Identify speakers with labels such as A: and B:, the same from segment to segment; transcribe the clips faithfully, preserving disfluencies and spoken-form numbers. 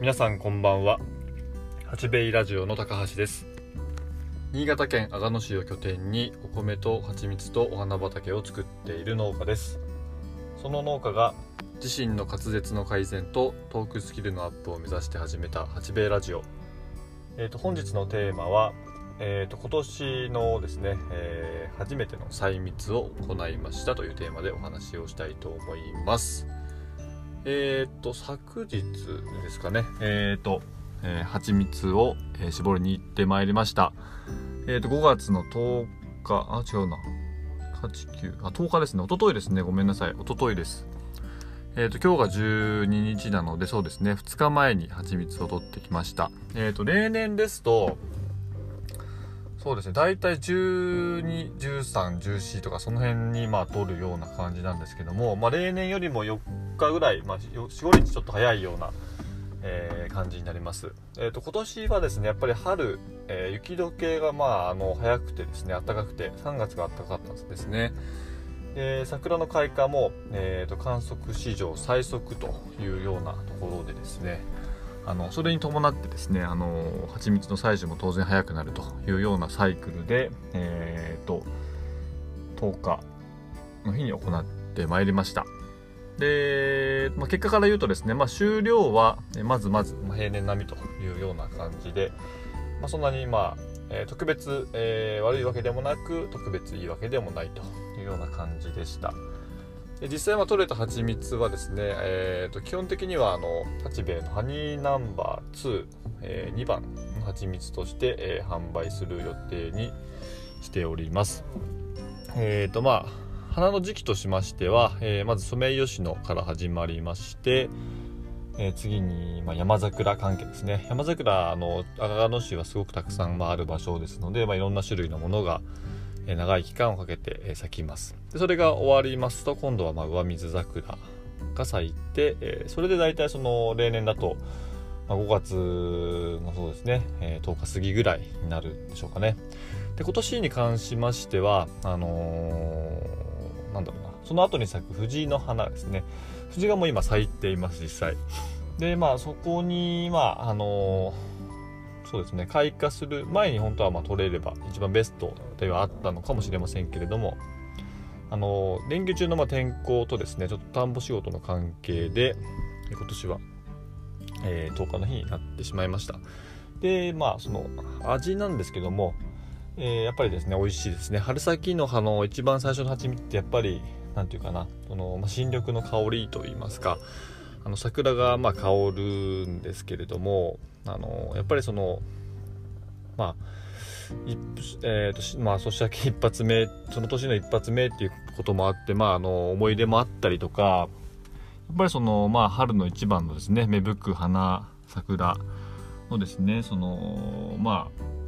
A: 皆さんこんばんは。八兵衛ラジオの高橋です。新潟県阿賀野市を拠点にお米と蜂蜜とお花畑を作っている農家です。その農家が自身の滑舌の改善とトークスキルのアップを目指して始めた八兵衛ラジオ。えー、と本日のテーマは、えー、と今年のですね、えー、初めての採蜜を行いましたというテーマでお話をしたいと思います。えー、と昨日ですかね、えー、と、えー、蜂蜜を、えー、絞りに行ってまいりました。えー、とごがつのとおか、あ違うなはち、きゅう、あとおかですね。一昨日ですね。ごめんなさい、一昨日です。えー、と今日がじゅうににちなので、そうですね、ふつかまえに蜂蜜を取ってきました。えー、と例年ですとそうですね、だいたいじゅうに、じゅうさん、じゅうよんとかその辺にまあ取るような感じなんですけども、まあ、例年よりもよっかぐらい、まあ、よん、ごにちちょっと早いような、えー、感じになります。えー、と今年はですね、やっぱり春、えー、雪解けがまああの早くてですね、暖かくてさんがつが暖かかったんですね。で桜の開花も、えー、と観測史上最速というようなところでですね、あのそれに伴ってですね、あの蜂蜜の採取も当然早くなるというようなサイクルで、えー、ととおかの日に行ってまいりました。で、まあ、結果から言うとですね、まあ、収量はまずまず平年並みというような感じで、まあ、そんなに、まあえー、特別、えー、悪いわけでもなく特別いいわけでもないというような感じでした。で実際は取れた蜂蜜はですね、えー、と基本的にはあの八兵衛のハニーナンバーに、えー、にばんの蜂蜜として、えー、販売する予定にしております。えーとまあ花の時期としましては、えー、まずソメイヨシノから始まりまして、えー、次に、まあ、山桜関係ですね。山桜あの阿賀野市はすごくたくさん、まあ、ある場所ですので、まあ、いろんな種類のものが長い期間をかけて咲きます。でそれが終わりますと、今度はまあ上水桜が咲いて、えー、それで大体その例年だと、まあ、ごがつのそうですね、えー、とおか過ぎぐらいになるでしょうかね。で今年に関しましてはあのー、なんだろうなその後に咲く藤の花ですね。藤がもう今咲いています、実際で。まあそこにまああのーそうですね、開花する前に本当はまあ取れれば一番ベストではあったのかもしれませんけれども、あの連休中のまあ天候とですね、ちょっと田んぼ仕事の関係で今年は、えー、とおかの日になってしまいました。でまあその味なんですけども、えー、やっぱりですね美味しいですね。春先の葉の一番最初の蜂蜜ってやっぱりなんていうかな、その、まあ、新緑の香りといいますか、あの桜がまあ香るんですけれども、あのやっぱりそのまあえーとまあ、そして一発目その年の一発目っていうこともあって、まあ、あの思い出もあったりとか、やっぱりその、まあ、春の一番のですね芽吹く花桜のですね、そのまあ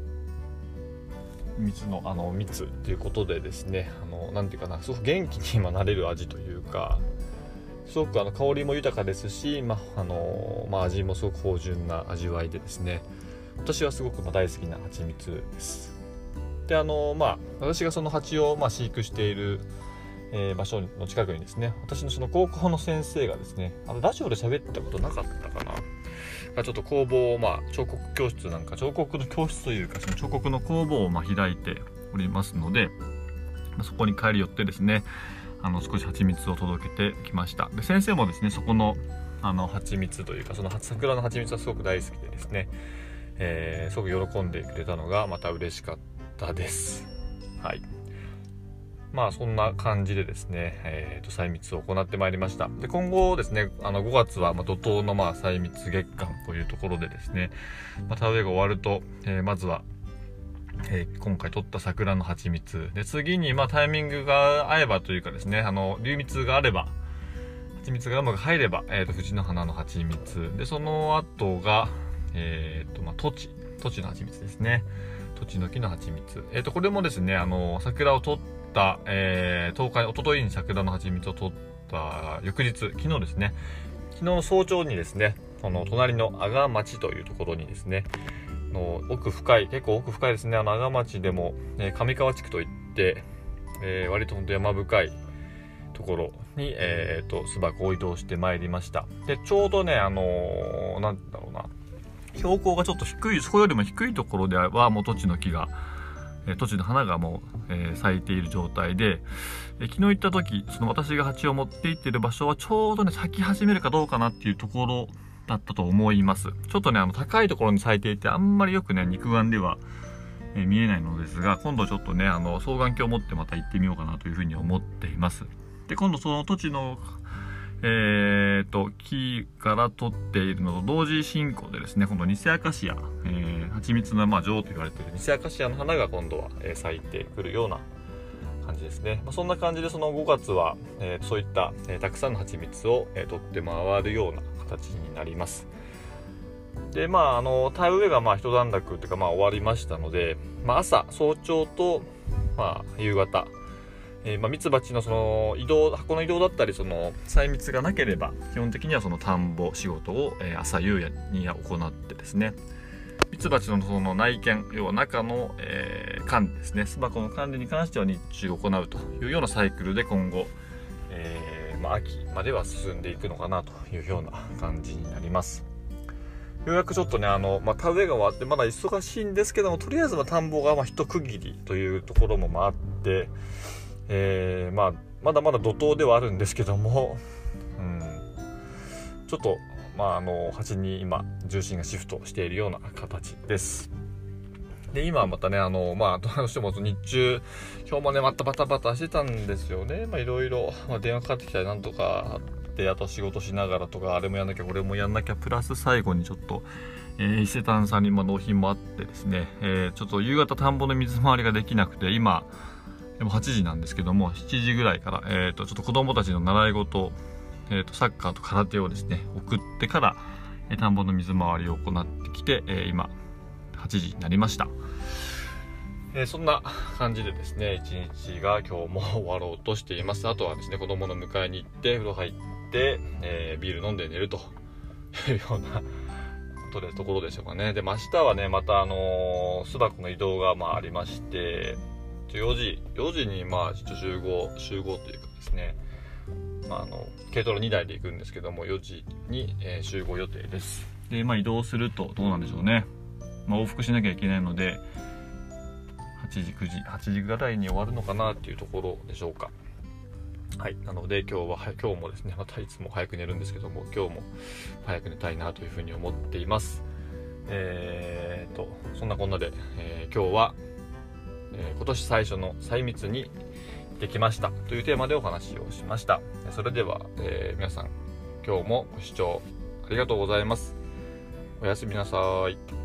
A: 蜜のあの蜜っていうことでですね、あのなんていうかな、すごく元気に今なれる味というか、すごくあの香りも豊かですし、まああのまあ、味もすごく芳醇な味わいでですね、私はすごく大好きな蜂蜜です。であのまあ私がその蜂をまあ飼育している、えー、場所の近くにですね、私のその高校の先生がですね、あのラジオで喋ったことなかったかな、ちょっと工房を、まあ、彫刻教室なんか彫刻の教室というかその彫刻の工房をまあ開いておりますので、まあ、そこに帰り寄ってですね、あの少し蜂蜜を届けてきました。で先生もですねそこのあの蜂蜜というかその桜の蜂蜜はすごく大好きでですね、えー、すごく喜んでくれたのがまた嬉しかったです。はい、まあそんな感じでですね、えー、と採蜜を行ってまいりました。で今後ですね、あのごがつはまあ怒涛のまあ採蜜月間というところでですね、まあ、田植えが終わると、えー、まずはえー、今回取った桜の蜂蜜で、次にまあタイミングが合えばというかですね、あの流蜜があれば、蜂蜜がうまく入れば、えー、と藤の花の蜂蜜で、その後が、えーとまあ、トチトチの蜂蜜ですね。トチの木の蜂蜜、えー、とこれもですね、あの桜を取った、えー、とおか、一昨日に桜の蜂蜜を取った翌日、昨日ですね、昨日の早朝にですね、その隣の阿賀町というところにですね、の奥深い結構奥深いですね、あの阿賀町でも、えー、上川地区といって、えー、割と本当山深いところに、えー、と巣箱を移動してまいりました。でちょうどねあのー、なんだろうな標高がちょっと低い、そこよりも低いところではもうトチの木が、えー、トチの花がもう、えー、咲いている状態で、えー、昨日行った時その私が鉢を持って行っている場所はちょうどね咲き始めるかどうかなっていうところだったと思います。ちょっとねあの高いところに咲いていてあんまりよくね肉眼では、えー、見えないのですが、今度ちょっとねあの双眼鏡を持ってまた行ってみようかなというふうに思っています。で今度その土地のえー、と木から取っているのと同時進行でですね、今度ニセアカシア、えー、蜂蜜のまあ女王と言われているニセアカシアの花が今度は、えー、咲いてくるような感じですね。まあ、そんな感じでそのごがつは、えー、そういった、えー、たくさんの蜂蜜を、えー、取って回るような形になります。でまああの田植えがまあ一段落というかまあ終わりましたので、まあ、朝早朝と、まあ、夕方えーまあ、ミツバチのその移動箱の移動だったりその採蜜がなければ基本的にはその田んぼ仕事を、えー、朝夕夜に行ってですね、ミツバチのその内見要は中の、えー、管理ですね、巣箱の管理に関しては日中行うというようなサイクルで今後、えーまあ、秋までは進んでいくのかなというような感じになります。ようやくちょっとねあの、まあ、田植えが終わってまだ忙しいんですけども、とりあえずは田んぼがまあ一区切りというところもまああって、えーまあ、まだまだ怒涛ではあるんですけども、うん、ちょっと、まあ、あの蜂に今重心がシフトしているような形です。で今はまたねあの、まあ、どうしても日中今日もねまたバタバタしてたんですよね。いろいろ電話かかってきたりなんとかあって、あと仕事しながらとかあれもやんなきゃこれもやんなきゃプラス最後にちょっと、えー、伊勢丹さんに納品もあってですね、えー、ちょっと夕方田んぼの水回りができなくて今でもはちじなんですけども、しちじぐらいから、えー、とちょっと子供たちの習い事、えー、とサッカーと空手をですね送ってから、えー、田んぼの水回りを行ってきて、えー、今はちじになりました。えー、そんな感じでですね一日が今日も終わろうとしています。あとはですね子供の迎えに行って風呂入って、えー、ビール飲んで寝るというようなことでところでしょうかね。で明日はねまたあのー、巣箱の移動がまあありまして、よじにまあ集合集合というかですね、まあ、あの軽トラにだいで行くんですけどもよじに、えー、集合予定です。で、まあ、移動するとどうなんでしょうね、まあ、往復しなきゃいけないのではちじくじはちじぐらいに終わるのかなっていうところでしょうか。はい、なので今日は今日もですねまたいつも早く寝るんですけども今日も早く寝たいなというふうに思っています。えーとそんなこんなで、えー、今日はえー、今年最初の採蜜にできましたというテーマでお話をしました。それでは、えー、皆さん今日もご視聴ありがとうございます。おやすみなさい。